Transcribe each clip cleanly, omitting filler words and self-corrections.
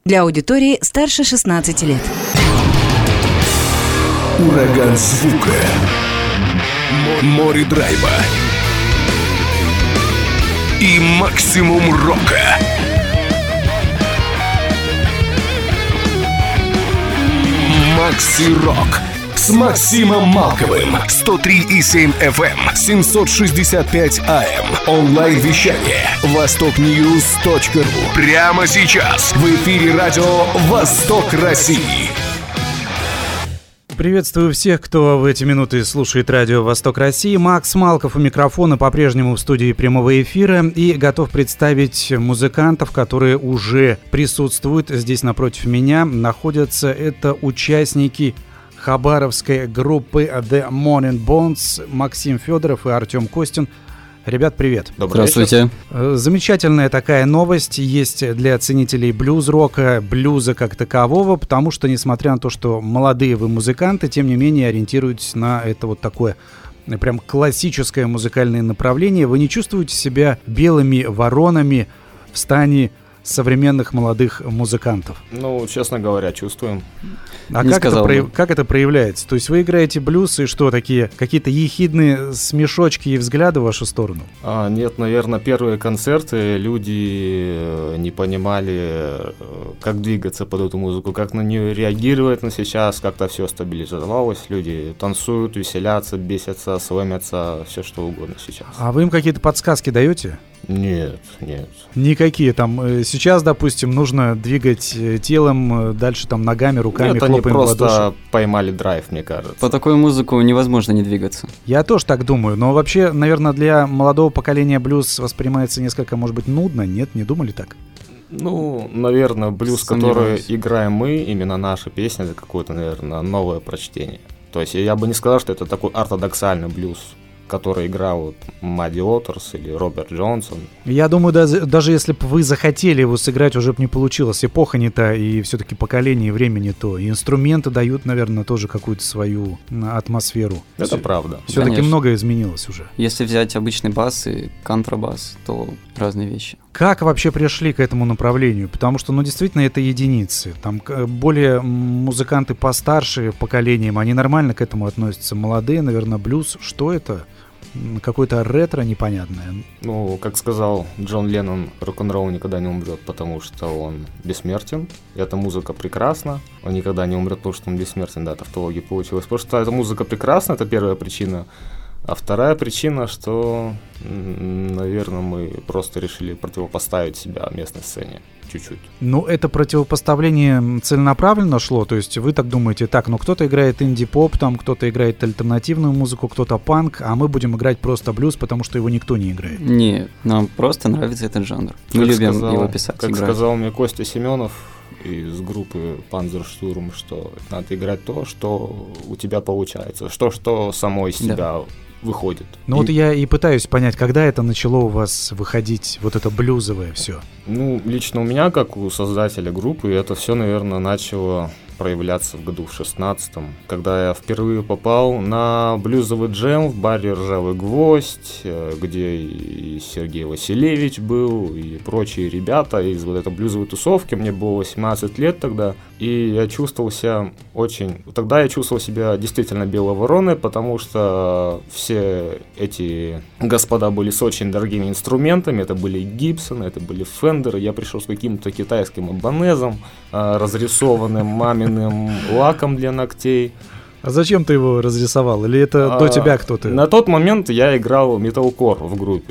Для аудитории старше 16 лет. Ураган звука. Море драйва. И максимум рока. Макси Рок с Максимом Малковым. 103,7 FM, 765 AM. Онлайн-вещание востокньюз.ру. Прямо сейчас в эфире радио «Восток России». Приветствую всех, кто в эти минуты слушает радио «Восток России». Макс Малков у микрофона, по-прежнему в студии прямого эфира, и готов представить музыкантов, которые уже присутствуют здесь напротив меня. Находятся это участники хабаровской группы The Morning Bones Максим Федоров и Артем Костин. Ребят, привет. Здравствуйте. Замечательная такая новость есть для ценителей блюз-рока, блюза как такового, потому что, несмотря на то, что молодые вы музыканты, тем не менее ориентируетесь на это вот такое прям классическое музыкальное направление. Вы не чувствуете себя белыми воронами в стане современных молодых музыкантов? Ну, честно говоря, чувствуем. А как это проявляется? То есть вы играете блюз, и что, такие какие-то ехидные смешочки и взгляды в вашу сторону? Нет, наверное, первые концерты люди не понимали, как двигаться под эту музыку, как на нее реагировать. Но сейчас как-то все стабилизовалось, люди танцуют, веселятся, бесятся, сломятся, все что угодно сейчас. А вы им какие-то подсказки даете? Нет. Никакие там. Сейчас, допустим, нужно двигать телом, дальше там ногами, руками, нет, хлопаем в ладоши. Они просто поймали драйв, мне кажется. По такой музыку невозможно не двигаться. Я тоже так думаю, но вообще, наверное, для молодого поколения блюз воспринимается несколько, может быть, нудно. Нет, не думали так? Ну, наверное, блюз, который играем мы, именно наша песня, это какое-то, наверное, новое прочтение. То есть я бы не сказал, что это такой ортодоксальный блюз, который играл вот Мадди Уотерс или Роберт Джонсон. Я думаю, даже если бы вы захотели его сыграть, уже бы не получилось. Эпоха не та, и все-таки поколение и время не то. И инструменты дают, наверное, тоже какую-то свою атмосферу. Это правда. Все-таки многое изменилось уже. Если взять обычный бас и контрабас, то разные вещи. Как вообще пришли к этому направлению? Потому что, действительно, это единицы. Там более музыканты постарше поколением, они нормально к этому относятся. Молодые, наверное, блюз. Что это? Какое-то ретро непонятное. Ну, как сказал Джон Леннон, рок-н-ролл никогда не умрет, потому что он бессмертен. И эта музыка прекрасна. Он никогда не умрет, потому что он бессмертен. Да, тавтология получилась. Потому что эта музыка прекрасна, это первая причина. А вторая причина, что, наверное, мы просто решили противопоставить себя местной сцене чуть-чуть. Ну, это противопоставление целенаправленно шло? То есть вы так думаете, так, кто-то играет инди-поп, там кто-то играет альтернативную музыку, кто-то панк, а мы будем играть просто блюз, потому что его никто не играет? Нет, нам просто нравится этот жанр. Мы любим его писать, как играть. Сказал мне Костя Семенов из группы Panzerstürm, что надо играть то, что у тебя получается, что само из себя выходит. Ну вот я и пытаюсь понять, когда это начало у вас выходить, вот это блюзовое все? Ну, лично у меня, как у создателя группы, это все, наверное, начало проявляться в году в 16-м, когда я впервые попал на блюзовый джем в баре «Ржавый гвоздь», где и Сергей Василевич был, и прочие ребята из вот этой блюзовой тусовки. Мне было 18 лет тогда, и я чувствовал себя Тогда я чувствовал себя действительно белой вороной, потому что все эти господа были с очень дорогими инструментами. Это были Гибсон, это были Фендеры. Я пришел с каким-то китайским абонезом, разрисованным маминым лаком для ногтей. А зачем ты его разрисовал? Или это до тебя кто-то? На тот момент я играл металкор в группе.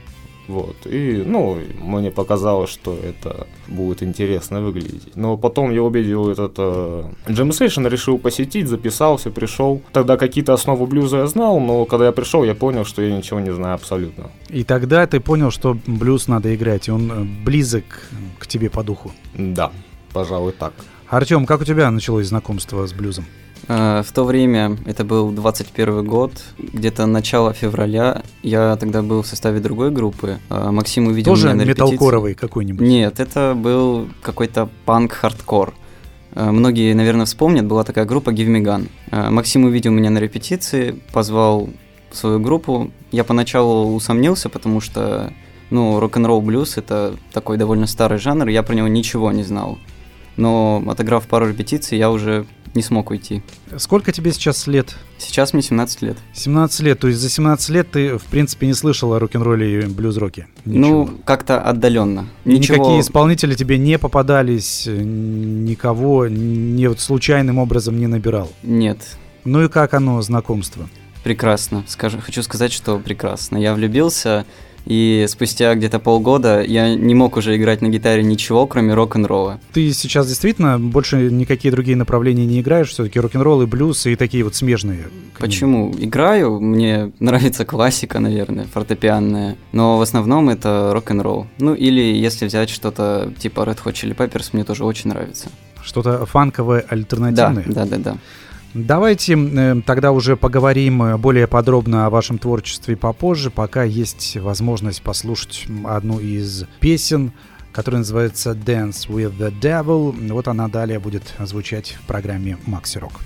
Вот. И, мне показалось, что это будет интересно выглядеть. Но потом я увидел этот Jam Session, решил посетить, записался, пришел. Тогда какие-то основы блюза я знал, но когда я пришел, я понял, что я ничего не знаю абсолютно. И тогда ты понял, что блюз надо играть, и он близок к тебе по духу? Да, пожалуй, так. Артем, как у тебя началось знакомство с блюзом? В то время, это был 21 год, где-то начало февраля, я тогда был в составе другой группы. Максим увидел тоже меня на репетиции. Тоже металкоровый какой-нибудь? Нет, это был какой-то панк-хардкор. Многие, наверное, вспомнят, была такая группа Give Me Gun. Максим увидел меня на репетиции, позвал в свою группу. Я поначалу усомнился, потому что рок-н-ролл блюз — это такой довольно старый жанр, я про него ничего не знал. но отыграв пару репетиций, я уже не смог уйти. Сколько тебе сейчас лет? Сейчас мне 17 лет. 17 лет, то есть за 17 лет ты, в принципе, не слышал о рок-н-ролле и блюз-роке? Ничего. Ну, как-то отдаленно. Никакие исполнители тебе не попадались, никого не вот случайным образом не набирал? Нет. Ну и как оно, знакомство? Прекрасно. Хочу сказать, что прекрасно. Я влюбился, и спустя где-то полгода я не мог уже играть на гитаре ничего, кроме рок-н-ролла. Ты сейчас действительно больше никакие другие направления не играешь? Все-таки рок-н-ролл и блюз и такие вот смежные? Почему? Играю, мне нравится классика, наверное, фортепианная, но в основном это рок-н-ролл. Ну или если взять что-то типа Red Hot Chili Peppers, мне тоже очень нравится. Что-то фанковое, альтернативное? Да. Давайте тогда уже поговорим более подробно о вашем творчестве попозже, пока есть возможность послушать одну из песен, которая называется «Dance with the Devil». Вот она далее будет звучать в программе «Макси Рок».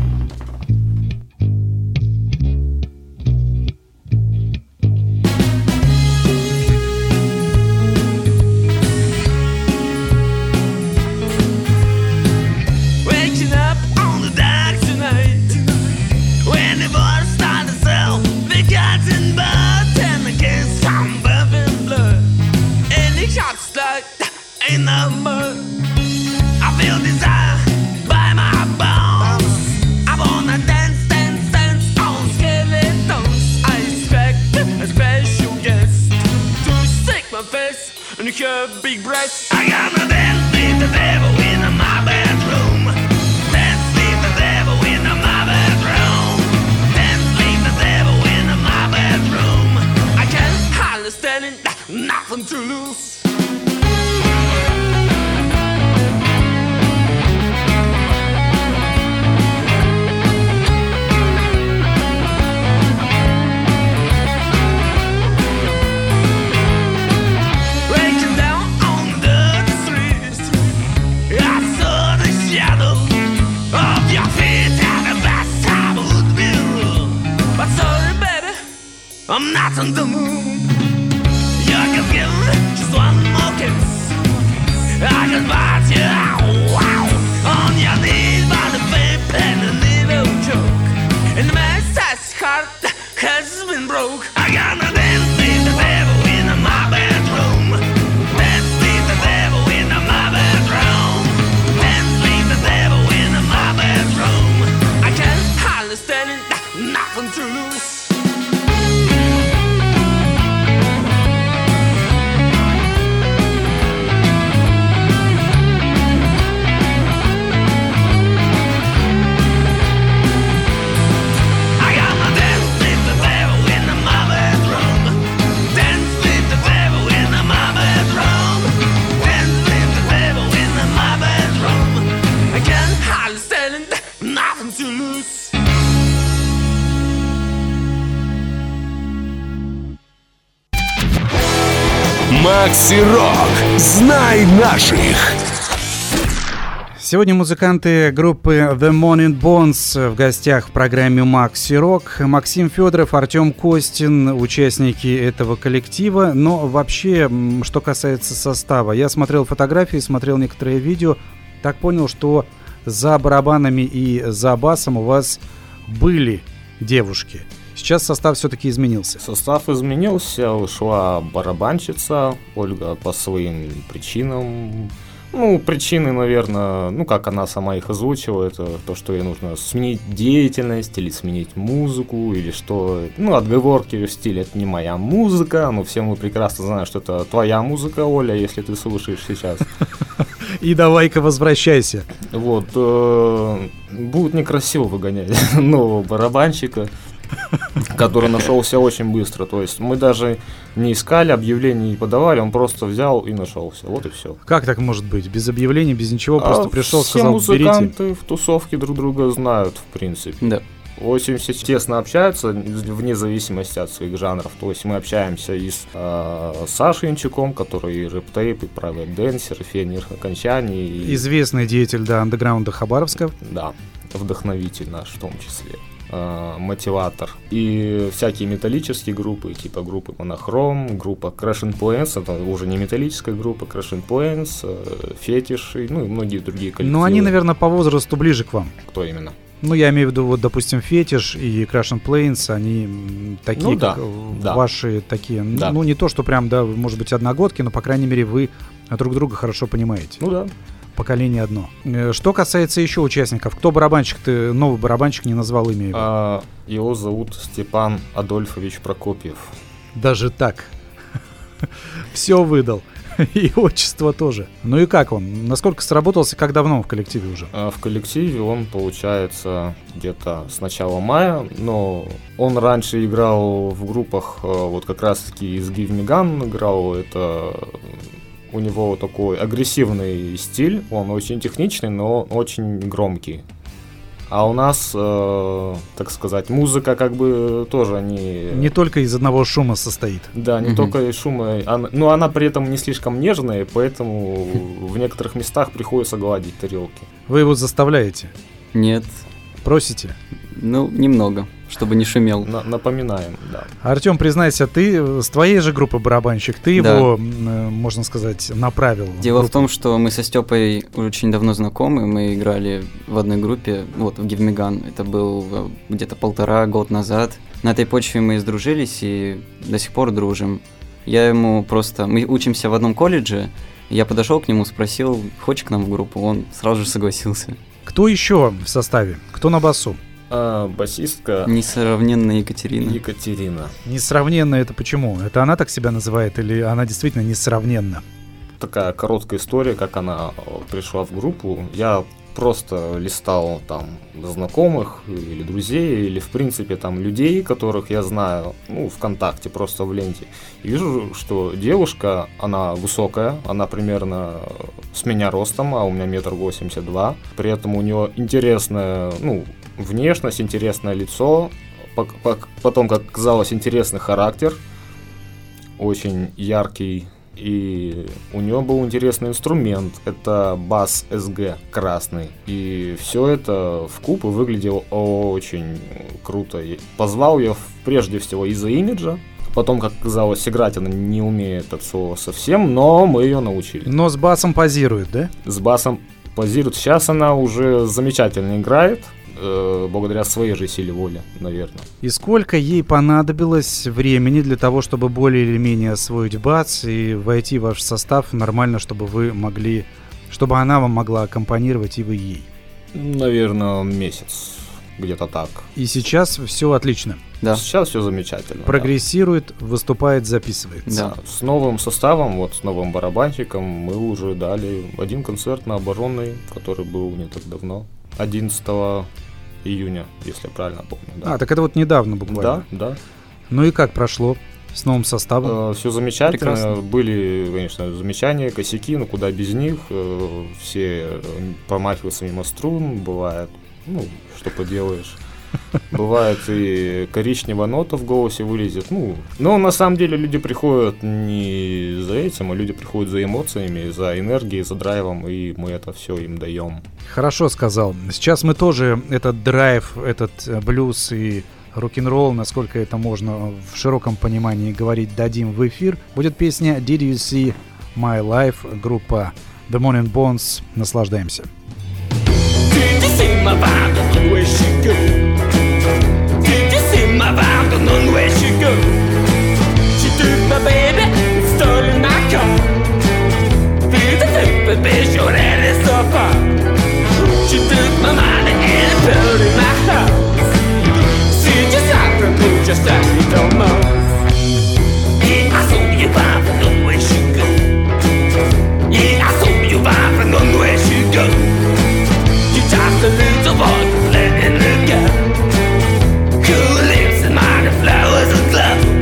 In the mud, I feel desire by my bones. I wanna dance, dance, dance on skeletons. I expect a special guest to stick my face and her big breasts. I gotta dance with the devil in my bedroom. Dance with the devil in my bedroom. Dance with the devil in my bedroom. I can't hardly stand it, nothing to lose. I'm not on the moon. You can give just one more kiss. I can bite you out on your knees by the vape and a little joke. And the man's heart has been broke. I gotta dance with the devil in my bedroom. Dance with the devil in my bedroom. Dance with the devil in my bedroom. I can't hardly stand it, nothing to lose. Макси Рок. Знай наших. Сегодня музыканты группы The Morning Bones в гостях в программе «Макси Рок». Максим Федоров, Артем Костин, участники этого коллектива. Но вообще, что касается состава, я смотрел фотографии, смотрел некоторые видео, так понял, что за барабанами и за басом у вас были девушки. Сейчас состав все-таки изменился. Состав изменился, ушла барабанщица Ольга по своим причинам. Ну, причины, наверное, как она сама их озвучила, это то, что ей нужно сменить деятельность или сменить музыку, или что, отговорки в стиле «это не моя музыка», но все мы прекрасно знаем, что это твоя музыка, Оля, если ты слушаешь сейчас. И давай-ка возвращайся. Вот, будет некрасиво выгонять нового барабанщика, который нашелся очень быстро. То есть мы даже не искали, объявлений не подавали, он просто взял и нашелся. Вот и все. Как так может быть? Без объявлений, без ничего, просто пришел, сказал, берите. Все музыканты в тусовке друг друга знают, в принципе. Да. Очень все тесно общаются, вне зависимости от своих жанров. То есть мы общаемся и с Сашей Янчуком, который и рэп-тейп, и Private Dancer, и Фенер окончаний. Известный деятель, андеграунда Хабаровска. Да, вдохновитель наш в том числе. Мотиватор. И всякие металлические группы, типа группы Монохром, группа Crash and Planes, это уже не металлическая группа, Crash and Planes, Фетиши, ну и многие другие коллективы. Но они, наверное, по возрасту ближе к вам. Кто именно? Ну, я имею в виду, вот, допустим, Фетиш и Crash and Planes, они такие, Ну да, как да. ваши такие, Да. ну, не то, что прям, да, может быть, одногодки, но, по крайней мере, вы друг друга хорошо понимаете. Ну да. Поколение одно. Что касается еще участников, кто барабанщик? Ты новый барабанщик не назвал имя его. Его зовут Степан Адольфович Прокопьев. Даже так. Все выдал. И отчество тоже. Ну и как он? Насколько сработался, как давно в коллективе уже? В коллективе он, получается, где-то с начала мая, но он раньше играл в группах, вот как раз-таки из Give Me Gun играл, это... У него такой агрессивный стиль, он очень техничный, но очень громкий. А у нас, так сказать, музыка как бы тоже не только из одного шума состоит. Да, не только из шума, но она при этом не слишком нежная, поэтому в некоторых местах приходится гладить тарелки. Вы его заставляете? Нет. Просите? Ну, немного, чтобы не шумел. Напоминаем, да. Артём, признайся, ты с твоей же группы барабанщик, ты Да. его, можно сказать, направил? Дело в том, что мы со Степой очень давно знакомы, мы играли в одной группе, вот в Give Me Gun, это был где-то 1,5 года назад. На этой почве мы сдружились и до сих пор дружим. Я ему просто... Мы учимся в одном колледже, я подошел к нему, спросил, хочешь к нам в группу, он сразу же согласился. Кто еще в составе? Кто на басу? Басистка Несравненная Екатерина. Екатерина. Несравненно это почему? Это она так себя называет или она действительно несравненна? Такая короткая история, как она пришла в группу. Я просто листал там знакомых или друзей, или в принципе там людей, которых я знаю, ну, ВКонтакте, просто в ленте. И вижу, что девушка, она высокая, она примерно с меня ростом, а у меня 1,82 м. При этом у нее интересная, ну, внешность, интересное лицо, потом, как казалось, интересный характер, очень яркий. И у него был интересный инструмент, это бас СГ красный. И все это вкупе выглядело очень круто. И позвал ее прежде всего из-за имиджа. Потом, как казалось, играть она не умеет от слова совсем, но мы ее научили. Но с басом позирует, да? С басом позирует. Сейчас она уже замечательно играет. Благодаря своей же силе воли, наверное. И сколько ей понадобилось времени для того, чтобы более или менее освоить бац и войти в ваш состав нормально, чтобы вы могли, чтобы она вам могла аккомпанировать и вы ей? Наверное, месяц, где-то так. И сейчас все отлично. Да. Сейчас все замечательно. Прогрессирует, выступает, записывается. Да. С новым составом, вот с новым барабанщиком мы уже дали один концерт на Обожженной, который был не так давно. 11 июня, если я правильно помню. Да. Так это вот недавно буквально. Да. Ну и как прошло с новым составом? Все замечательно. Прекрасно. Были, конечно, замечания, косяки, но куда без них. Все промахиваются мимо струн, бывает, ну, что поделаешь. Бывает и коричневая нота в голосе вылезет. Ну, но на самом деле люди приходят не за этим, а люди приходят за эмоциями, за энергией, за драйвом, и мы это все им даем. Хорошо сказал. Сейчас мы тоже этот драйв, этот блюз и рок-н-ролл, насколько это можно в широком понимании говорить, дадим в эфир. Будет песня Did You See My Life, группа The Morning Bones. Наслаждаемся. Did you see my vibe? Don't know where she go. Did you see my vibe? Don't know where she go. She took my baby, stolen my car. Did you think my bitch your head is so far? She took my money and put it in my house. She just out from me, just like you don't know. Yeah, I saw you vibe, don't know where she go. Yeah, I saw you vibe, don't know where she go. Just a little boy letting her go. Cool lips and minor flowers of love.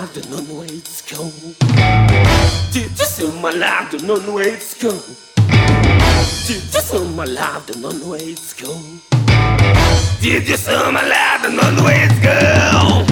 life, the none way it's go. Did you see my life, the none way it's go? Did you see my life, the none way it's go? Did you see my life, the none way it's go?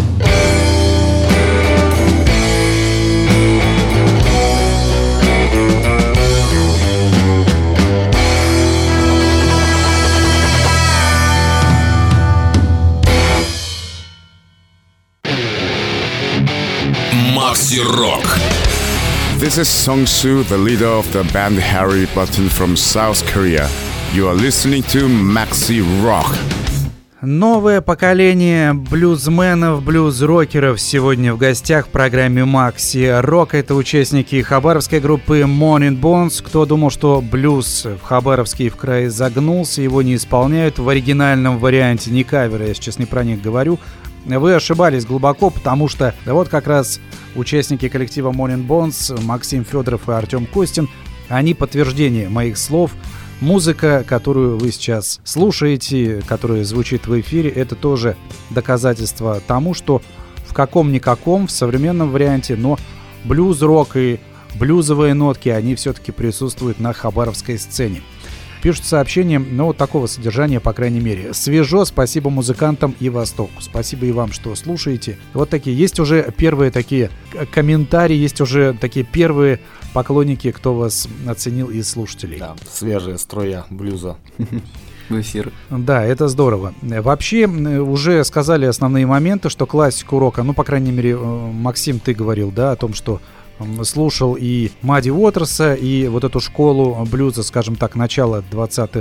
Макси Рок. This is Song-Soo, the leader of the band Harry Button from South Korea. You are listening to Maxi Rock. Новое поколение блюзменов, блюз-рокеров сегодня в гостях в программе Maxi Rock. Это участники хабаровской группы Morning Bones. Кто думал, что блюз в Хабаровске в крае загнулся, его не исполняют в оригинальном варианте, не кавер, я сейчас не про них говорю. Вы ошибались глубоко, потому что да вот как раз участники коллектива Morning Bones, Максим Федоров и Артем Костин, они подтверждение моих слов. Музыка, которую вы сейчас слушаете, которая звучит в эфире, это тоже доказательство тому, что в каком-никаком, в современном варианте, но блюз-рок и блюзовые нотки, они все-таки присутствуют на хабаровской сцене. Пишут сообщения, но вот такого содержания, по крайней мере. Свежо, спасибо музыкантам и Востоку. Спасибо и вам, что слушаете. Вот такие, есть уже первые такие комментарии, есть уже такие первые поклонники, кто вас оценил из слушателей. Да, свежие струя блюза. В эфир. Да, это здорово. Вообще, уже сказали основные моменты, что классику рока, ну, по крайней мере, Максим, ты говорил, да, о том, что слушал и Мадди Уотерса, и вот эту школу блюза, скажем так, начала 20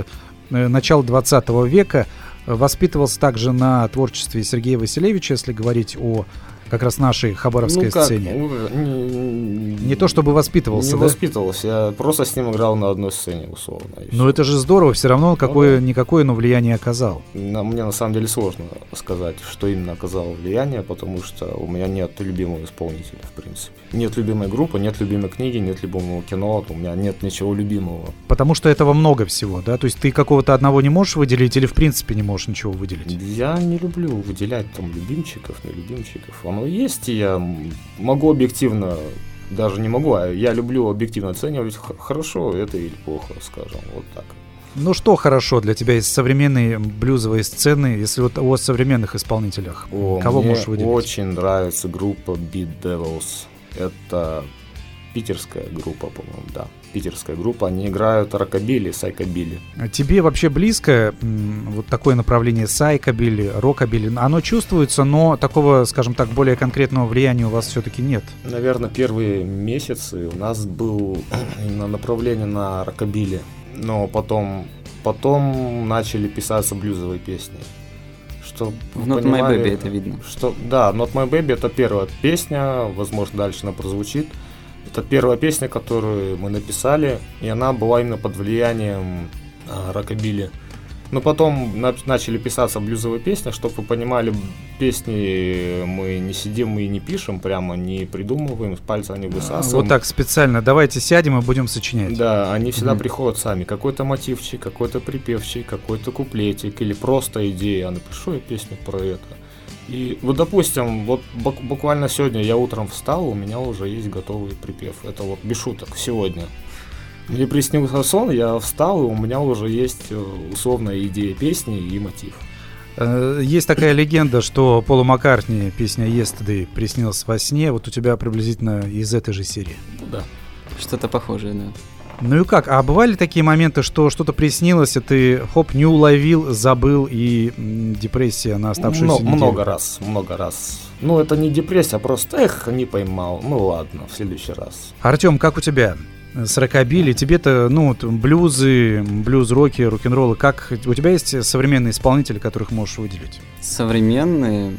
века. Воспитывался также на творчестве Сергея Василевича, если говорить о как раз нашей хабаровской сцене. Не то чтобы воспитывался, не да? воспитывался, я просто с ним играл на одной сцене, условно. Но это же здорово, все равно никакое влияние оказал. Мне на самом деле сложно сказать, что именно оказало влияние, потому что у меня нет любимого исполнителя, в принципе. Нет любимой группы, нет любимой книги, нет любимого кино, у меня нет ничего любимого. Потому что этого много всего, да? То есть ты какого-то одного не можешь выделить или в принципе не можешь ничего выделить? Я не люблю выделять там любимчиков, не любимчиков. Оно есть, и я могу объективно, даже не могу, а я люблю объективно оценивать, хорошо это или плохо, скажем, вот так. Ну что хорошо для тебя из современной блюзовой сцены, если вот о современных исполнителях? Кого можешь выделить? Мне очень нравится группа Beat Devils. Это питерская группа, по-моему, да. Питерская группа, они играют рокобили, сайкобили. Тебе вообще близко вот такое направление сайкобили, рокобили? Оно чувствуется, но такого, скажем так, более конкретного влияния у вас все-таки нет. Наверное, первые месяцы у нас было именно направление на рокобили, но потом начали писаться блюзовые песни. Что в Not My Baby это видно. Да, Not My Baby это первая песня, возможно, дальше она прозвучит. Это первая песня, которую мы написали, и она была именно под влиянием рокобили. Но потом начали писаться блюзовые песни, чтобы вы понимали, песни мы не сидим и не пишем, прямо не придумываем, с пальца не высасываем. Вот так специально, давайте сядем и будем сочинять. Да, они всегда приходят сами. Какой-то мотивчик, какой-то припевчик, какой-то куплетик или просто идея. Я напишу я песню про это. И вот, допустим, вот буквально сегодня я утром встал, у меня уже есть готовый припев. Это вот без шуток, сегодня. Мне приснился сон, я встал, и у меня уже есть условная идея песни и мотив. Есть такая легенда, что Полу Маккартни песня «Yesterday» приснилась во сне. Вот у тебя приблизительно из этой же серии. Да. Что-то похожее, да. Ну и как? А бывали такие моменты, что что-то приснилось, и ты, хоп, не уловил, забыл, и депрессия на оставшуюся неделю? Много раз. Ну, это не депрессия, а просто, не поймал. Ну, ладно, в следующий раз. Артем, как у тебя с рокобили? Тебе-то, блюзы, блюз-роки, рок-н-роллы. Как у тебя есть современные исполнители, которых можешь выделить? Современные?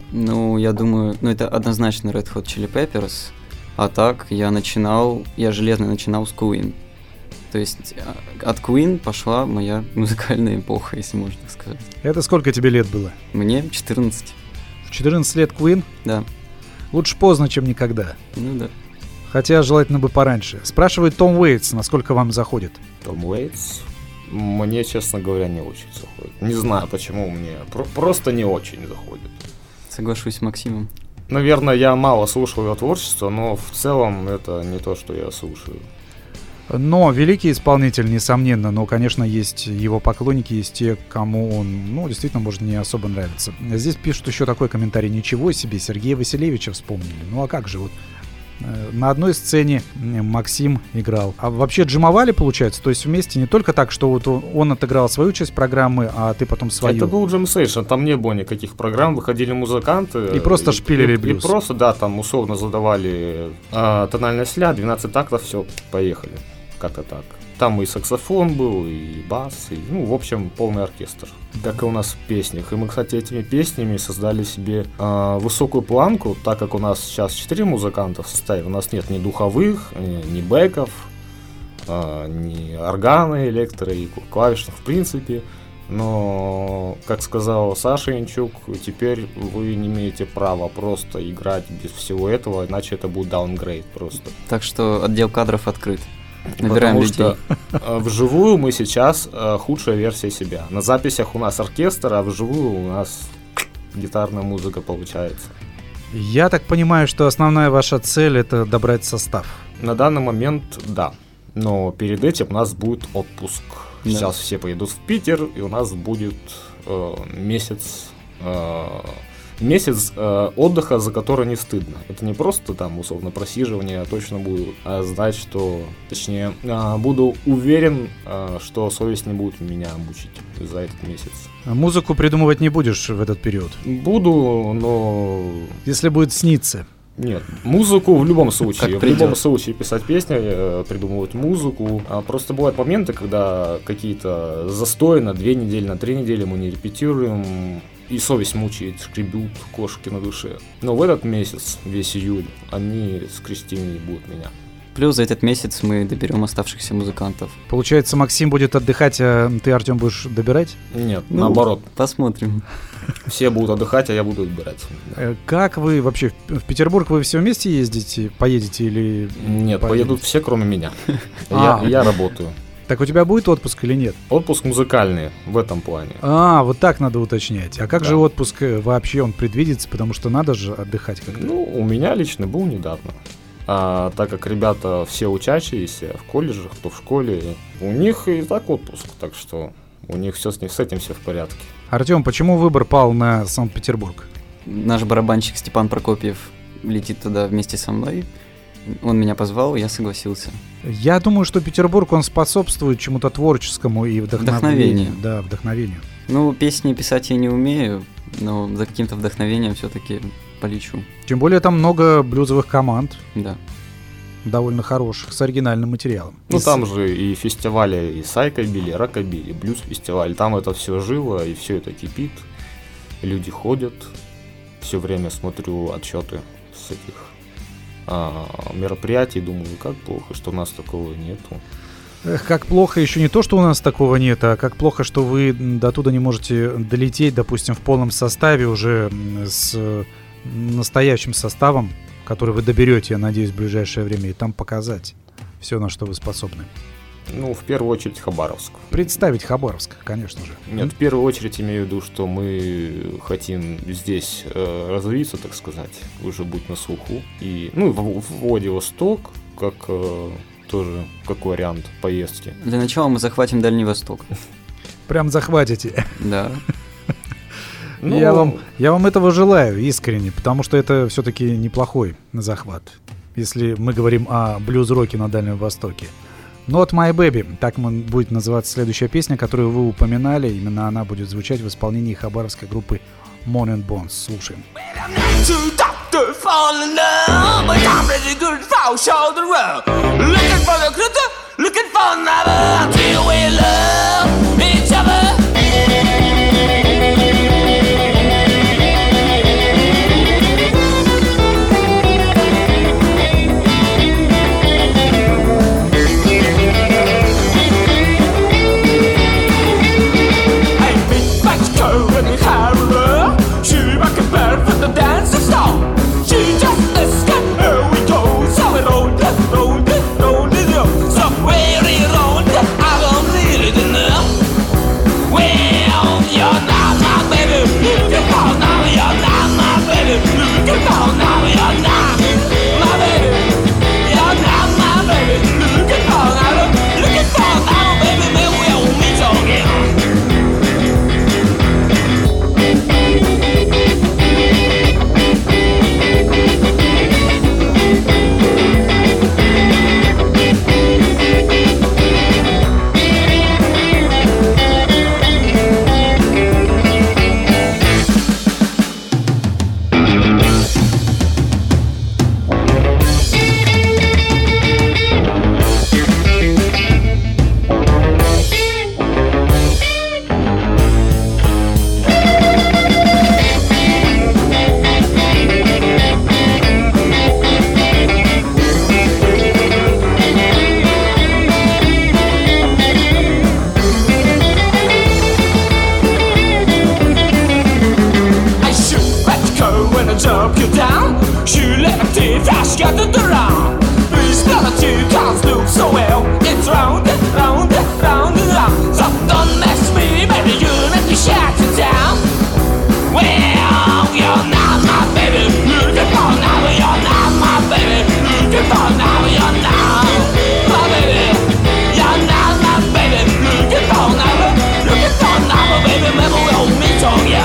Я думаю, это однозначно Red Hot Chili Peppers. А так, я железно начинал с Queen. То есть от Queen пошла моя музыкальная эпоха, если можно так сказать. Это сколько тебе лет было? Мне 14. В 14 лет Queen? Да. Лучше поздно, чем никогда. Ну да. Хотя желательно бы пораньше. Спрашивает Том Уэйтс, насколько вам заходит. Том Уэйтс? Мне, честно говоря, не очень заходит. Не знаю, почему мне. Просто не очень заходит. Соглашусь с Максимом. Наверное, я мало слушал его творчество, но в целом это не то, что я слушаю. Но великий исполнитель, несомненно, но, конечно, есть его поклонники, есть те, кому он, ну, действительно, может, не особо нравится. Здесь пишут еще такой комментарий: ничего себе, Сергея Василевича вспомнили. Ну, а как же, вот на одной сцене Максим играл. А вообще джимовали, получается? То есть вместе не только так, что вот он отыграл свою часть программы, а ты потом свою? Это был джем-сейшн, там не было никаких программ, выходили музыканты. И просто шпилили блюз. И просто, да, там условно задавали тональность ля, 12 тактов, все, поехали. Как-то так. Там и саксофон был, и бас, и, ну, в общем, полный оркестр. Как и у нас в песнях. И мы, кстати, этими песнями создали себе высокую планку, так как у нас сейчас 4 музыканта в составе. У нас нет ни духовых, ни бэков, ни органа, электро и клавишных в принципе. Но, как сказал Саша Янчук, теперь вы не имеете права просто играть без всего этого, иначе это будет даунгрейд просто. Так что отдел кадров открыт. Набираем Потому людей. что вживую мы сейчас худшая версия себя. На записях у нас оркестр, а вживую у нас гитарная музыка получается. Я так понимаю, что основная ваша цель — это добрать состав. На данный момент да. Но перед этим у нас будет отпуск. Да. Сейчас все поедут в Питер, и у нас будет месяц отдыха, за который не стыдно. Это не просто там условно просиживание, а точно буду знать, что, точнее, буду уверен, что совесть не будет меня мучить за этот месяц. Музыку придумывать не будешь в этот период? Буду, но... Если будет сниться. Нет, музыку в любом случае. Как В любом придёт. случае писать песни, придумывать музыку. Просто бывают моменты, когда какие-то застои на 2 недели, на 3 недели мы не репетируем, и совесть мучает, шкребут кошки на душе. Но в этот месяц, весь июль, они скрести не будут меня. Плюс за этот месяц мы доберем оставшихся музыкантов. Получается, Максим будет отдыхать, а ты, Артем, будешь добирать? Нет, Ну, наоборот. Посмотрим. Все будут отдыхать, а я буду отбирать. Как вы вообще в Петербург вы все вместе ездите, поедете или... Нет, поедут все, кроме меня. А. Я работаю. Так у тебя будет отпуск или нет? Отпуск музыкальный в этом плане. Вот так надо уточнять. А как Да. же отпуск вообще он предвидится? Потому что надо же отдыхать как-то. Ну, у меня лично был недавно. Так как ребята все учащиеся в колледжах, кто в школе, у них и так отпуск, так что у них все с этим все в порядке. Артем, почему выбор пал на Санкт-Петербург? Наш барабанщик Степан Прокопьев летит туда вместе со мной. Он меня позвал, я согласился. Я думаю, что Петербург, он способствует чему-то творческому и Вдохновению. Да, вдохновению. Ну, песни писать я не умею, но за каким-то вдохновением все-таки полечу. Тем более там много блюзовых команд, Да. довольно хороших, с оригинальным материалом. Ну, там же и фестивали, и сайкобили, рокобили, блюз-фестиваль. Там это все живо, и все это кипит. Люди ходят. Все время смотрю отчеты с этих мероприятий, думаю, как плохо, что у нас такого нету. Эх, как плохо еще не то, что у нас такого нет, а как плохо, что вы до туда не можете долететь, допустим, в полном составе уже с настоящим составом, который вы доберете, я надеюсь, в ближайшее время, и там показать все, на что вы способны. Ну, в первую очередь Хабаровск. Представить Хабаровск, конечно же. Нет, в первую очередь имею в виду, что мы хотим здесь развиться, так сказать, уже быть на слуху. И, ну, в Владивосток, как тоже как вариант поездки. Для начала мы захватим Дальний Восток. Прям захватите. Да. Ну, Я вам этого желаю искренне, потому что это все-таки неплохой захват, если мы говорим о блюз-роке на Дальнем Востоке. Not My Baby, так будет называться следующая песня, которую вы упоминали. Именно она будет звучать в исполнении хабаровской группы Moon and Bones. Слушаем. You're not my baby. drop you down. Shoot like teeth, flash got the round. Please not a two can't look so well. It's round, round, round, round. So don't mess me, baby, you let me shut you down. Well, you're not my baby. Looking for now, you're not my baby. Looking for now, you're not my baby. You're not my baby. Looking for now, baby, maybe we'll meet on you.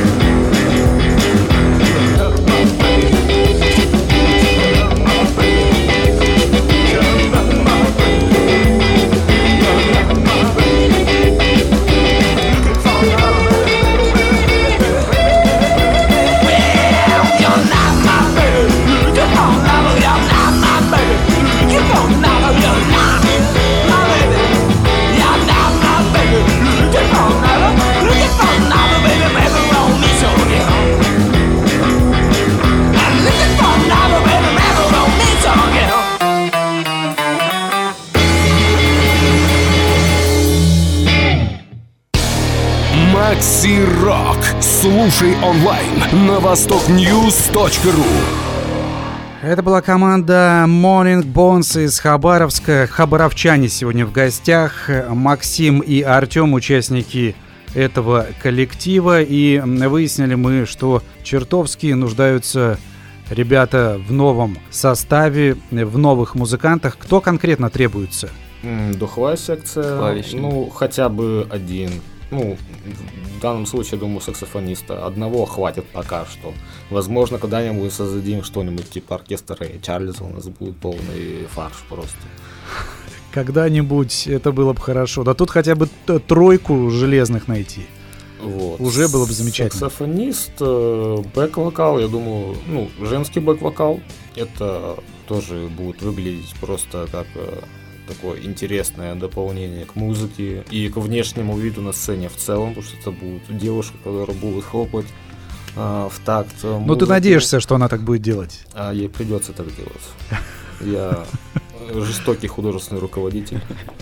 Макси Рок. Слушай онлайн на востокньюз.ру. Это была команда Morning Bones из Хабаровска. Хабаровчане сегодня в гостях. Максим и Артем, участники этого коллектива. И выяснили мы, что чертовски нуждаются ребята в новом составе, в новых музыкантах. Кто конкретно требуется? Духовая секция, Клавишник. ну, хотя бы один. Ну, в данном случае, думаю, саксофониста. Одного хватит пока что. Возможно, когда-нибудь создадим что-нибудь типа оркестра Рэя Чарльза. У нас будет полный фарш просто. Когда-нибудь это было бы хорошо. Да тут хотя бы тройку железных найти. Вот. Уже было бы замечательно. Саксофонист, бэк-вокал, я думаю, ну, женский бэк-вокал. Это тоже будет выглядеть просто как такое интересное дополнение к музыке и к внешнему виду на сцене в целом, потому что это будет девушка, которая будет хлопать в такт музыки. Ну ты надеешься, что она так будет делать? А ей придется так делать. Я жестокий художественный руководитель.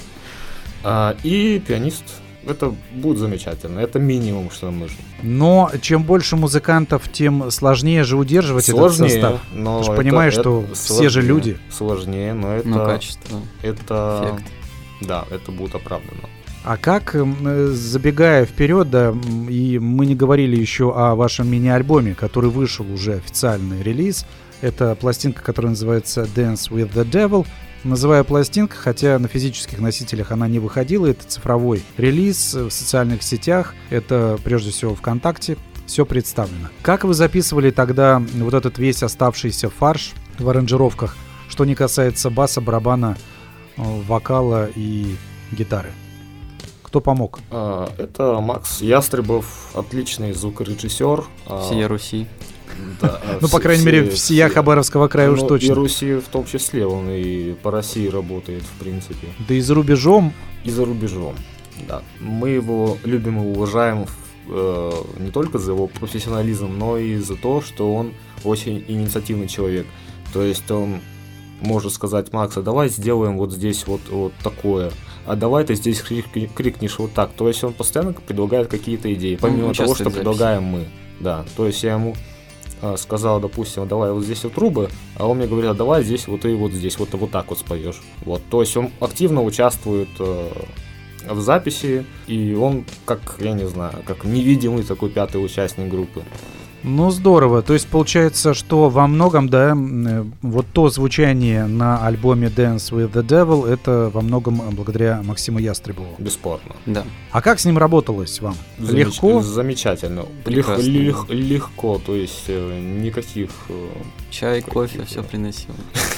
И пианист. Это будет замечательно. Это минимум, что нам нужно. Но чем больше музыкантов, тем сложнее же удерживать этот состав. Но ты же понимаешь, что все же люди. Сложнее, но это... Но качество. Это... Эффект. Да, это будет оправдано. А как, забегая вперед, да, и мы не говорили еще о вашем мини-альбоме, который вышел уже официальный релиз. Это пластинка, которая называется Dance with the Devil. Называю пластинка, хотя на физических носителях она не выходила. Это цифровой релиз в социальных сетях. Это прежде всего ВКонтакте. Все представлено. Как вы записывали тогда вот этот весь оставшийся фарш в аранжировках, что не касается баса, барабана, вокала и гитары? Кто помог? Это Макс Ястребов, отличный звукорежиссер. Всея Руси. Да, Ну, по крайней мере, всея Хабаровского края уж точно. И Руси в том числе, он и по России работает, в принципе. Да и за рубежом. И за рубежом, да. Мы его любим и уважаем не только за его профессионализм, но и за то, что он очень инициативный человек. То есть он может сказать: Макс, а давай сделаем вот здесь вот такое, а давай ты здесь крикнешь вот так. То есть он постоянно предлагает какие-то идеи, помимо того, что предлагаем мы. Да, то есть я ему сказал, допустим, давай вот здесь вот трубы, а он мне говорит: а давай здесь вот и вот здесь вот так вот споешь. Вот, то есть он активно участвует в записи, и он, как, я не знаю, как невидимый такой пятый участник группы. Ну, здорово. То есть получается, что во многом, да, вот то звучание на альбоме Dance with the Devil, это во многом благодаря Максиму Ястребову. Бесспорно. Да. А как с ним работалось вам? Легко? Замечательно. Легко, то есть никаких... Чай, кофе, все приносил.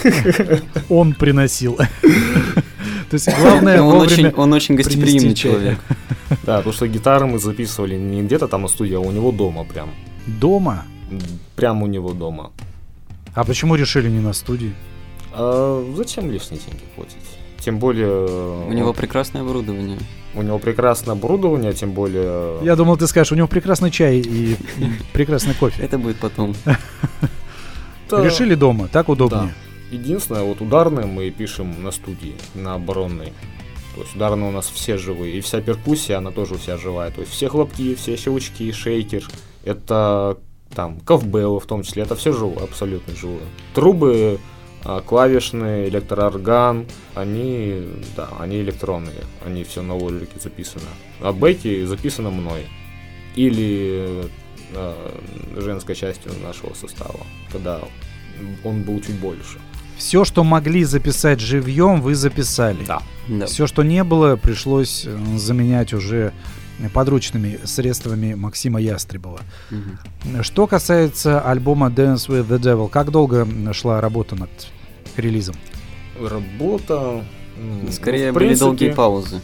Он приносил. То есть главное вовремя Он очень гостеприимный человек. Да, потому что гитары мы записывали не где-то там на студии, а у него дома прям. Дома? Прямо у него дома. А почему решили не на студии? Зачем лишние деньги платить? Тем более... У него прекрасное оборудование. У него прекрасное оборудование, тем более... Я думал, ты скажешь, у него прекрасный чай и прекрасный кофе. Это будет потом. Решили дома, так удобнее. Да. Единственное, вот ударные мы пишем на студии, на оборонной. То есть ударные у нас все живые, и вся перкуссия, она тоже вся живая. То есть все хлопки, все щелчки, шейкер. Это там ковбелы в том числе, это все живое, абсолютно живое. Трубы клавишные, электроорган, они электронные, они все на Логике записано. А бэки записано мной. Или женской частью нашего состава, когда он был чуть больше. Все, что могли записать живьем, вы записали. Да. Все, что не было, пришлось заменять уже подручными средствами Максима Ястребова. Что касается альбома Dance with the Devil, как долго шла работа над релизом? Работа... Скорее были долгие паузы.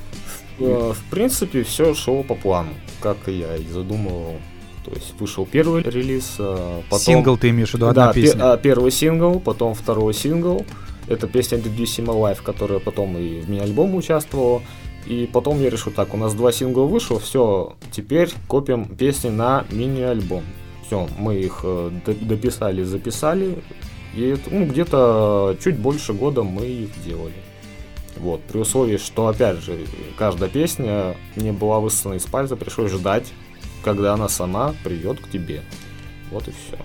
В принципе, все шло по плану, как и я и задумывал. То есть вышел первый релиз, потом... Сингл ты имеешь в виду, одна песня? Первый сингл, потом второй сингл. Это песня Did You See My Life, которая потом и в мини-альбоме участвовала. И потом я решил, так, у нас 2 сингла вышло, все, теперь копим песни на мини-альбом. Все, мы их дописали, записали, и где-то чуть больше года мы их делали. Вот, при условии, что, опять же, каждая песня не была высосана из пальца, пришлось ждать, когда она сама придет к тебе. Вот и все.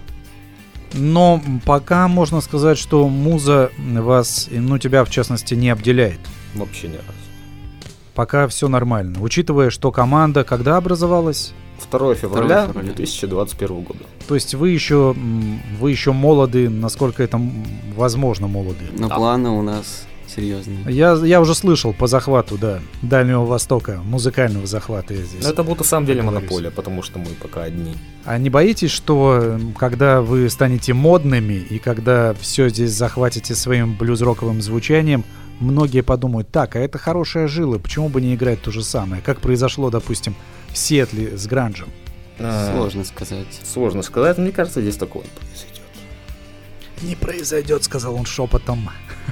Но пока можно сказать, что муза вас, тебя в частности, не обделяет. Вообще ни разу. Пока все нормально. Учитывая, что команда когда образовалась? 2 февраля 2021 года. То есть вы еще молоды, насколько это возможно, молоды. Но планы у нас серьезные. Я уже слышал по захвату, Дальнего Востока, музыкального захвата я здесь. Но это будет на самом деле монополия, потому что мы пока одни. А не боитесь, что когда вы станете модными и когда все здесь захватите своим блюз-роковым звучанием, многие подумают, так, а это хорошая жила, почему бы не играть то же самое, как произошло, допустим, в Сиэтле с гранжем? Сложно сказать. Сложно сказать, мне кажется, здесь такое не произойдет. Не произойдет, сказал он шепотом.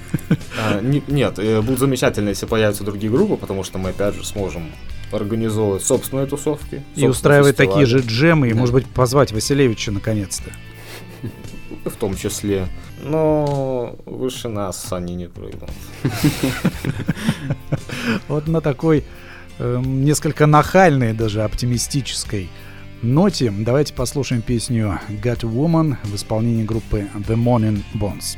Нет, будет замечательно, если появятся другие группы, потому что мы опять же сможем организовывать собственные тусовки. И устраивать такие же джемы, и, может быть, позвать Василевича наконец-то. В том числе. Но выше нас они не прыгнут. Вот на такой несколько нахальной, даже оптимистической ноте давайте послушаем песню Got a Woman в исполнении группы The Morning Bones.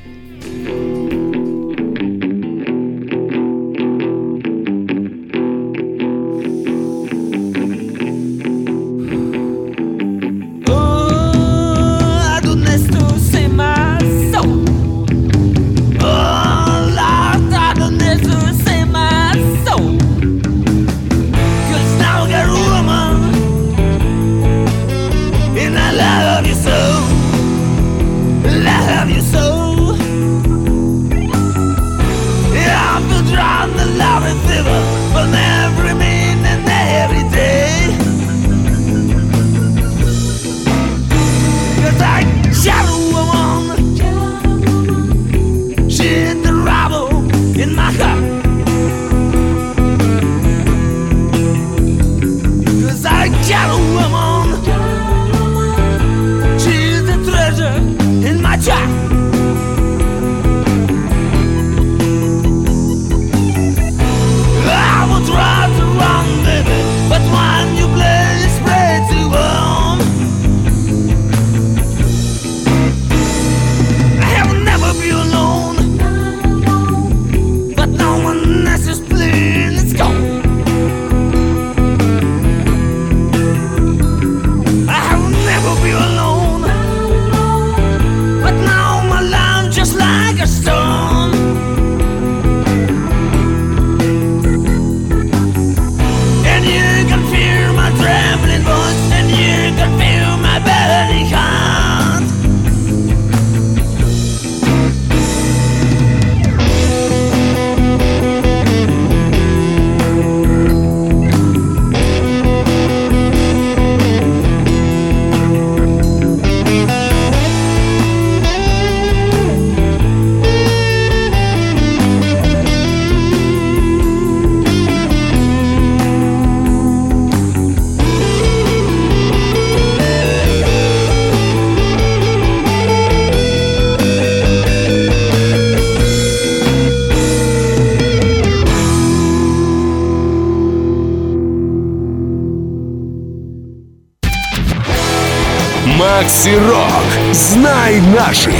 Макси Рок. Знай наших.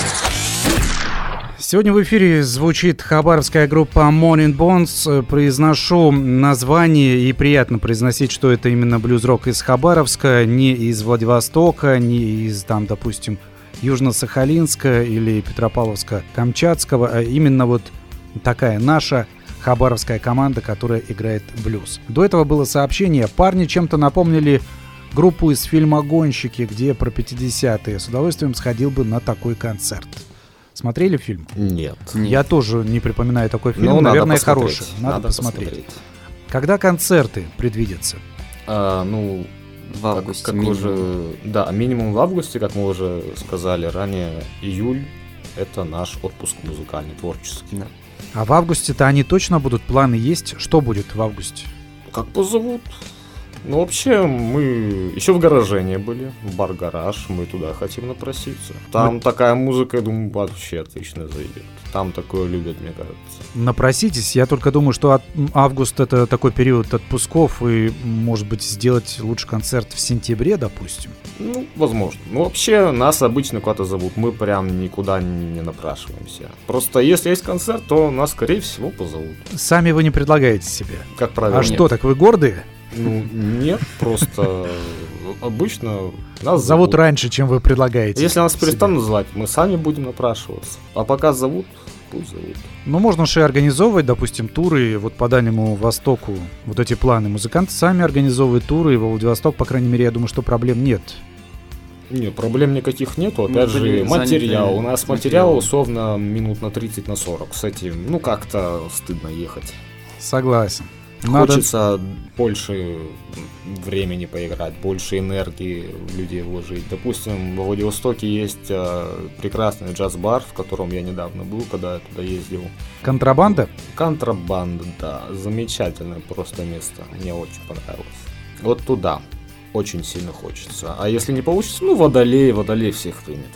Сегодня в эфире звучит хабаровская группа Morning Bones. Произношу название, и приятно произносить, что это именно блюз-рок из Хабаровска, не из Владивостока, не из, там, допустим, Южно-Сахалинска или Петропавловска-Камчатского, а именно вот такая наша хабаровская команда, которая играет блюз. До этого было сообщение: парни чем-то напомнили группу из фильма «Гонщики», где про 50-е. С удовольствием сходил бы на такой концерт. Смотрели фильм? Нет. Я тоже не припоминаю такой фильм. Ну, наверное, надо хороший. Надо посмотреть. Когда концерты предвидятся? В августе как минимум. уже, да, минимум в августе, как мы уже сказали ранее, июль — это наш отпуск музыкальный, творческий. Да. А в августе-то они точно будут? Планы есть? Что будет в августе? Как позовут? Ну, вообще, мы еще в гараже не были, в бар-гараж, мы туда хотим напроситься. Там такая музыка, я думаю, вообще отлично зайдет. Там такое любят, мне кажется. Напроситесь. Я только думаю, что август — это такой период отпусков, и, может быть, сделать лучше концерт в сентябре, допустим. Ну, возможно. Ну, вообще, нас обычно куда-то зовут, мы прям никуда не напрашиваемся. Просто если есть концерт, то нас, скорее всего, позовут. Сами вы не предлагаете себе. Как правило, А нет. что, так вы гордые? Ну, нет, просто обычно нас Зовут раньше, чем вы предлагаете. Если нас себе. перестанут звать, мы сами будем напрашиваться. А пока зовут, пусть зовут. Ну, можно же и организовывать, допустим, туры вот по Дальнему Востоку. Вот эти планы. Музыканты сами организовывают туры, и во Владивосток, по крайней мере, я думаю, что проблем нет. Не, проблем никаких нету. Мы Опять были же, материал. заняты У нас материал материалом. условно минут на 30, на 40. С этим, ну, как-то стыдно ехать. Согласен. Надо... Хочется больше времени поиграть, больше энергии в людей вложить. Допустим, во Владивостоке есть прекрасный джаз-бар, в котором я недавно был, когда я туда ездил. Контрабанда? Контрабанда, да. Замечательное просто место. Мне очень понравилось. Вот туда очень сильно хочется. А если не получится, ну, Водолей всех примет.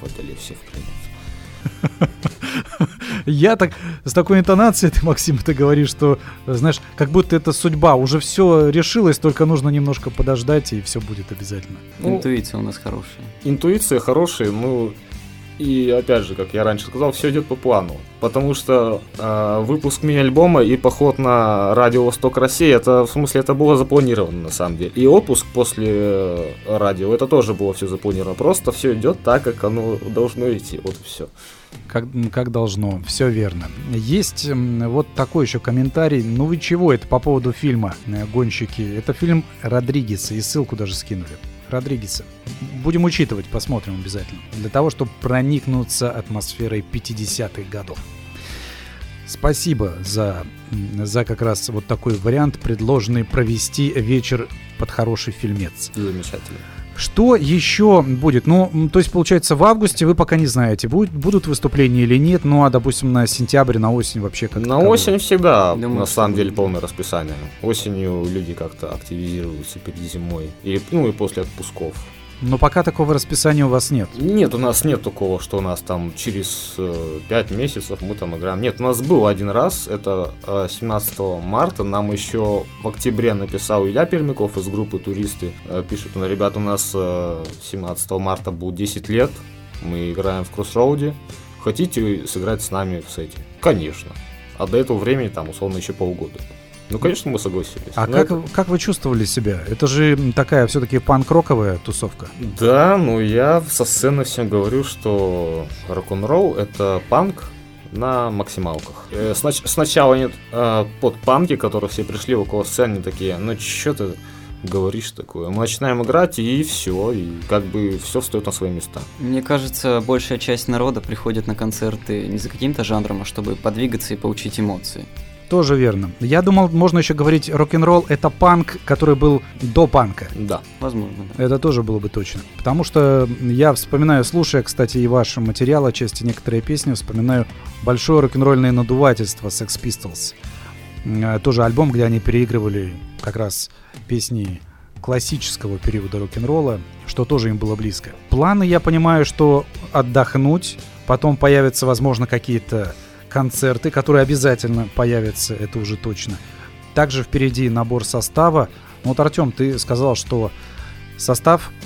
Я так, с такой интонацией, ты, Максим, ты говоришь, что, знаешь, как будто это судьба. Уже все решилось, только нужно немножко подождать, и все будет обязательно. Ну, Интуиция у нас хорошая. интуиция хорошая, ну, и опять же, как я раньше сказал, все идет по плану. Потому что выпуск мини-альбома и поход на Радио Восток России, это, в смысле, это было запланировано на самом деле. И отпуск после радио, это тоже было все запланировано. Просто все идет так, как оно должно идти. Вот и все. Как должно, все верно. Есть вот такой еще комментарий. Ну вы чего, это по поводу фильма «Гонщики». Это фильм Родригеса, и ссылку даже скинули. Родригеса. Будем учитывать, посмотрим обязательно. Для того, чтобы проникнуться атмосферой 50-х годов. Спасибо за как раз вот такой вариант, предложенный провести вечер под хороший фильмец. Замечательно. Что еще будет? Ну, то есть, получается, в августе вы пока не знаете, будут выступления или нет. Ну, а, допустим, на сентябрь, на осень вообще как-то. На осень всегда, Думаю, на что самом деле, будет. полное расписание. Осенью люди как-то активизируются перед зимой. И после отпусков. Но пока такого расписания у вас нет. Нет, у нас нет такого, что у нас там через 5 месяцев мы там играем. Нет, у нас был один раз, это 17 марта, нам еще в октябре написал Илья Пермяков из группы «Туристы». Пишет, ну, ребята, у нас 17 марта будет 10 лет, мы играем в Кроссроуде. Хотите сыграть с нами в сете? Конечно. А до этого времени там условно еще полгода. Ну, конечно, мы согласились. А Но как вы чувствовали себя? Это же такая все-таки панк-роковая тусовка. Да, ну я со сцены всем говорю, что рок-н-ролл — это панк на максималках. Сначала они под панки, которые все пришли около сцены, такие, ну что ты говоришь такое? Мы начинаем играть, и все, и как бы все встает на свои места. Мне кажется, большая часть народа приходит на концерты не за каким-то жанром, а чтобы подвигаться и получить эмоции. Тоже верно. Я думал, можно еще говорить, рок-н-ролл — это панк, который был до панка. Да. Возможно, да. Это тоже было бы точно. Потому что я вспоминаю, слушая, кстати, и ваш материал, отчасти некоторые песни, вспоминаю большое рок-н-ролльное надувательство Sex Pistols. Тоже альбом, где они переигрывали как раз песни классического периода рок-н-ролла, что тоже им было близко. Планы, я понимаю, что отдохнуть, потом появятся, возможно, какие-то концерты, которые обязательно появятся, это уже точно. Также впереди набор состава. Вот, Артем, ты сказал, что состав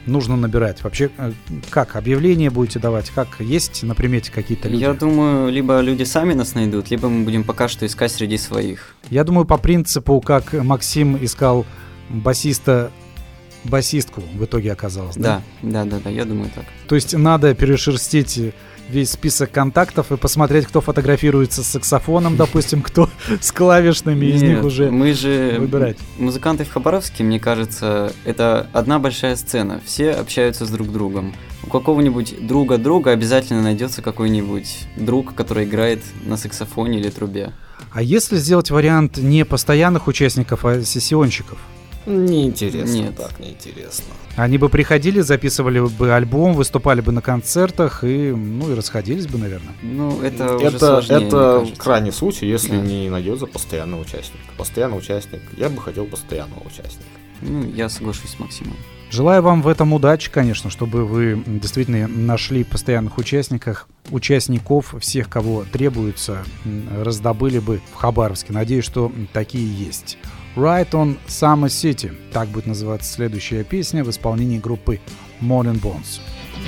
нужно набирать? Вообще, как объявления будете давать? Как есть на примете какие-то люди? Я думаю, либо люди сами нас найдут, либо мы будем пока что искать среди своих. Я думаю, по принципу, как Максим искал басистку в итоге оказалось, да? Да, я думаю так. То есть надо перешерстить весь список контактов и посмотреть, кто фотографируется с саксофоном, допустим, кто с клавишными, из них уже мы же выбирать. Музыканты в Хабаровске, мне кажется, это одна большая сцена. Все общаются с друг другом. У какого-нибудь друга обязательно найдется какой-нибудь друг, который играет на саксофоне или трубе. А если сделать вариант не постоянных участников, а сессионщиков? Неинтересно. Нет. Так неинтересно. Они бы приходили, записывали бы альбом, выступали бы на концертах и расходились бы, наверное. Ну, это уже сложнее, мне Это кажется. крайний случай, если Да. не найдется постоянного участника. Постоянный участник. Я бы хотел постоянного участника. Ну, я соглашусь с Максимом. Желаю вам в этом удачи, конечно, чтобы вы действительно нашли постоянных участников, всех, кого требуется, раздобыли бы в Хабаровске. Надеюсь, что такие есть. Right on Summer City. Так будет называться следующая песня в исполнении группы Morning Bones.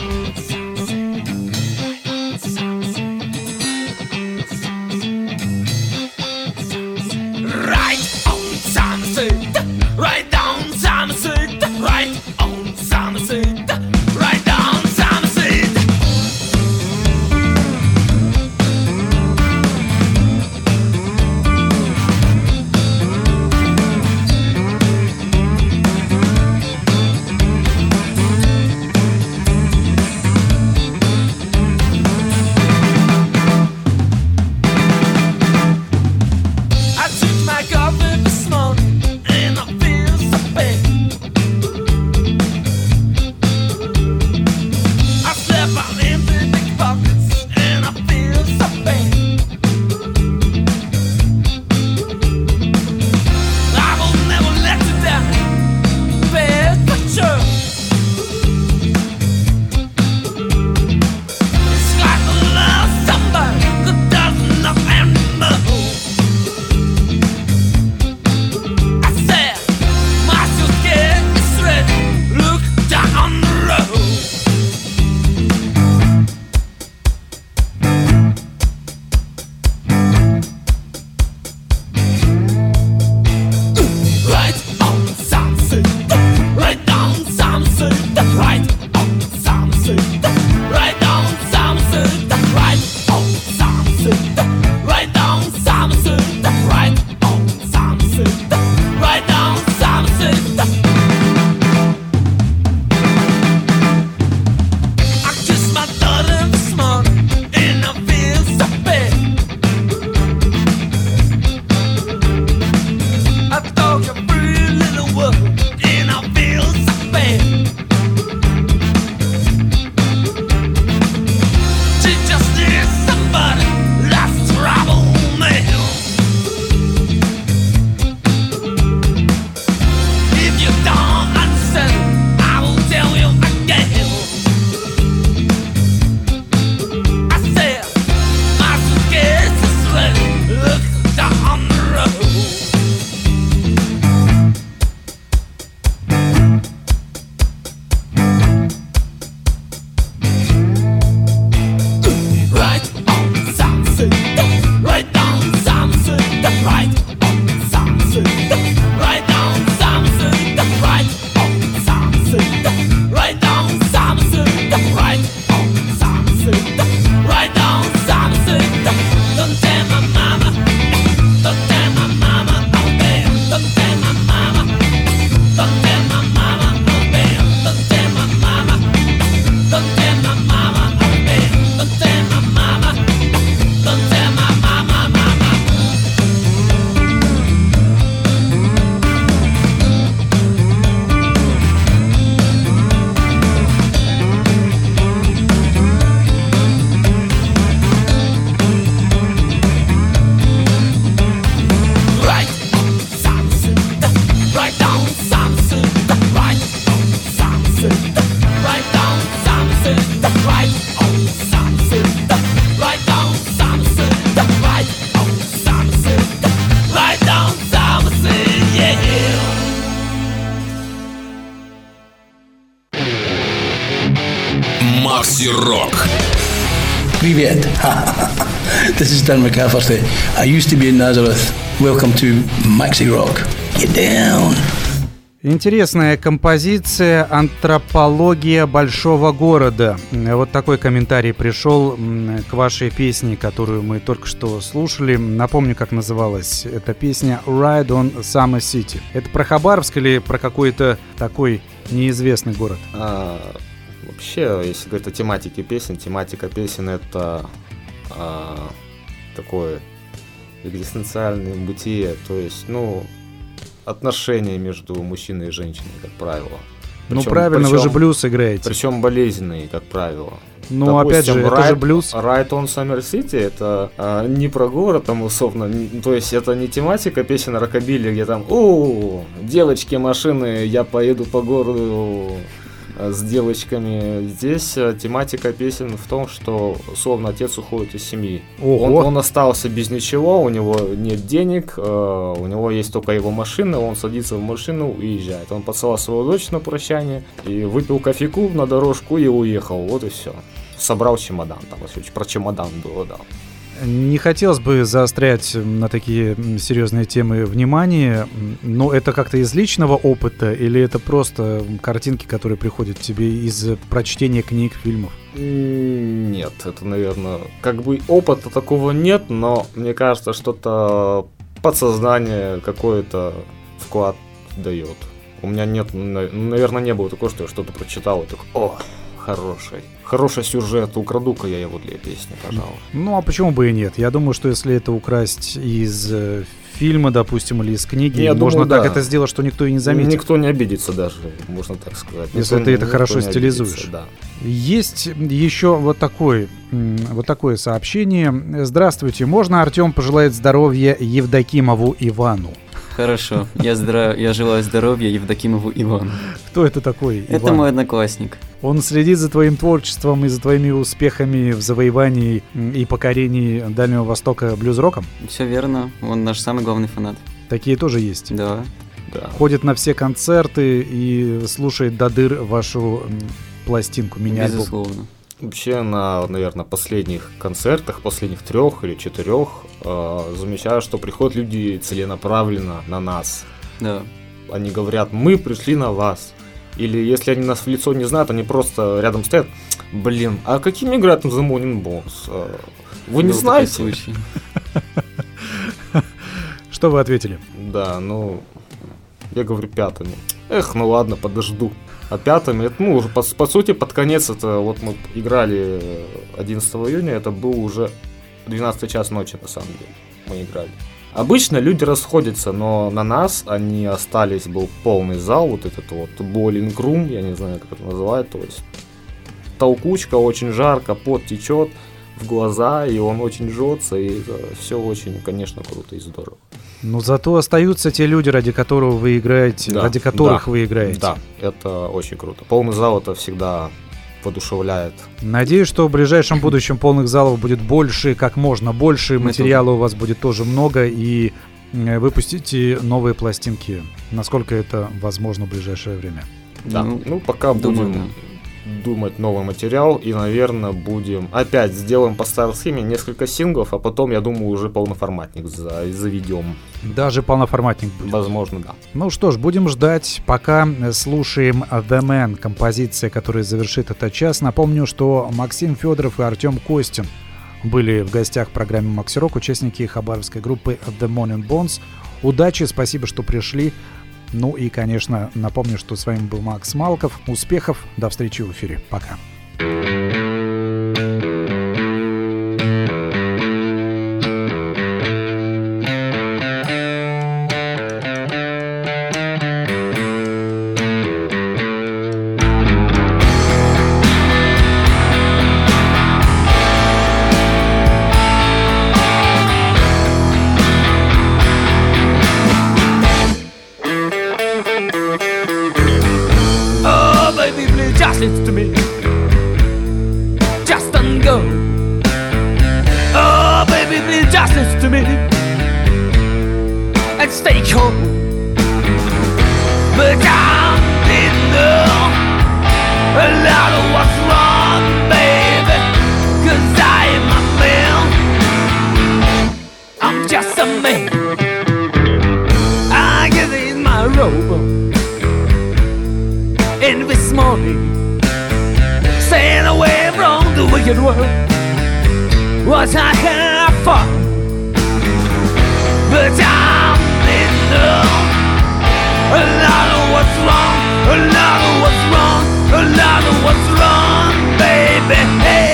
Right on Somerset, right down Somerset, right on Somerset, right down Somerset. I took my coffee this morning and I feel so bad. I slept on empty big pockets and I feel so bad. I will never let you down, bad for sure. It's like a love somebody that doesn't know anymore. I said, my suitcase is ready. Look down on the road. Rock. Привет. This is Dan McCafferty. I used to be in Nazareth. Welcome to Maxi Rock. Get down. Интересная композиция «Антропология большого города». Вот такой комментарий пришел к вашей песне, которую мы только что слушали. Напомню, как называлась эта песня «Ride on Summer City». Это про Хабаровск или про какой-то такой неизвестный город? Вообще, если говорить о тематике песен, тематика песен — это такое экзистенциальное бытие, то есть, отношения между мужчиной и женщиной, как правило. Правильно, вы же блюз играете. Причем болезненные, как правило. Допустим, опять же, это же блюз. Ride on Summer City — это не про город, там, условно, то есть это не тематика песен рокобили, где там девочки, машины, я поеду по городу с девочками. Здесь тематика песен в том, что, условно, отец уходит из семьи. Он остался без ничего, у него нет денег, у него есть только его машина, он садится в машину и уезжает. Он поцеловал свою дочь на прощание и выпил кофейку на дорожку и уехал. Вот и все. Собрал чемодан. Там еще про чемодан было, да. Не хотелось бы заострять на такие серьезные темы внимание, но это как-то из личного опыта или это просто картинки, которые приходят тебе из прочтения книг, фильмов? Нет, это, наверное, опыта такого нет, но мне кажется, что-то подсознание какой-то вклад дает. У меня нет, наверное, не было такого, что я что-то прочитал и такой, хороший сюжет, украду-ка я его для песни, пожалуйста. А почему бы и нет? Я думаю, что если это украсть из фильма, допустим, или из книги, можно так это сделать, что никто и не заметит. Никто не обидится даже, можно так сказать. Если ты это хорошо стилизуешь. Да. Есть еще вот такое сообщение. Здравствуйте, можно Артем пожелает здоровья Евдокимову Ивану? Хорошо, я желаю здоровья Евдокимову Ивану. Кто это такой, Иван? Это мой одноклассник. Он следит за твоим творчеством и за твоими успехами в завоевании и покорении Дальнего Востока блюз-роком? Все верно, он наш самый главный фанат. Такие тоже есть? Да. Ходит на все концерты и слушает до дыр вашу пластинку, мини-альбом. Безусловно. Вообще на, наверное, последних концертах, последних 3 или 4, замечаю, что приходят люди целенаправленно на нас. Да. Они говорят, мы пришли на вас. Или если они нас в лицо не знают, они просто рядом стоят. Блин, а какими играют The Morning Bones? Вы не знаете? Что вы ответили? Да, я говорю 5. Ладно, подожду. А 5, уже по сути, под конец, это вот мы играли 11 июня, это был уже 12 час ночи, на самом деле, мы играли. Обычно люди расходятся, но на нас они остались, был полный зал, вот этот вот боулинг рум, я не знаю, как это называют, то есть толкучка, очень жарко, пот течет в глаза, и он очень жжется, и это все очень, конечно, круто и здорово. Зато остаются те люди, ради которых вы играете, вы играете. Да, это очень круто. Полный зал это всегда воодушевляет. Надеюсь, что в ближайшем будущем полных залов будет больше, как можно больше, материала у вас будет тоже много, и выпустите новые пластинки, насколько это возможно в ближайшее время. Да, пока будем думать новый материал, и, наверное, опять сделаем по старой схеме несколько синглов, а потом, я думаю, уже полноформатник заведем. Даже полноформатник будет? Возможно, да. Что ж, будем ждать, пока слушаем The Man, композиция, которая завершит этот час. Напомню, что Максим Федоров и Артем Костин были в гостях в программе Maxi Rock, участники хабаровской группы The Morning Bones. Удачи, спасибо, что пришли. И, конечно, напомню, что с вами был Макс Малков. Успехов, до встречи в эфире. Пока. Listen to me, just don't go. Oh, baby, please just listen to me and stay cold. But I didn't know a lot of what's wrong, baby. wicked world was I have fun, but I'm in love. A lot of what's wrong, a lot of what's wrong, a lot of what's wrong, baby. Hey.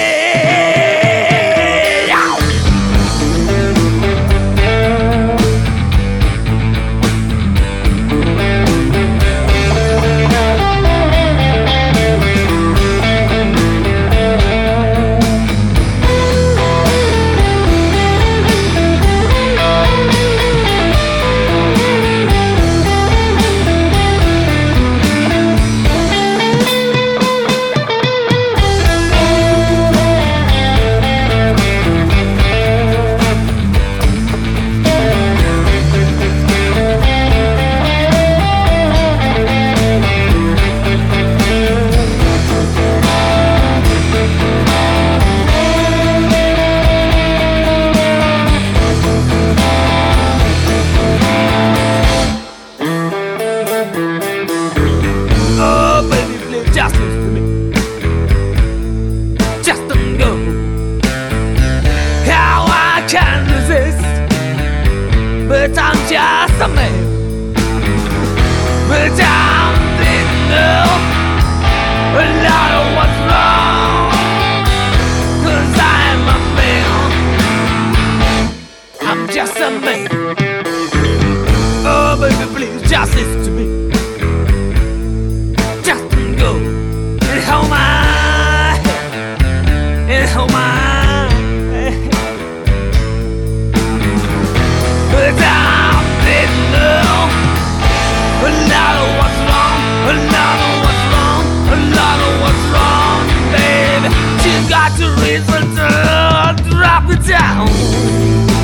Got to reason to drop it down.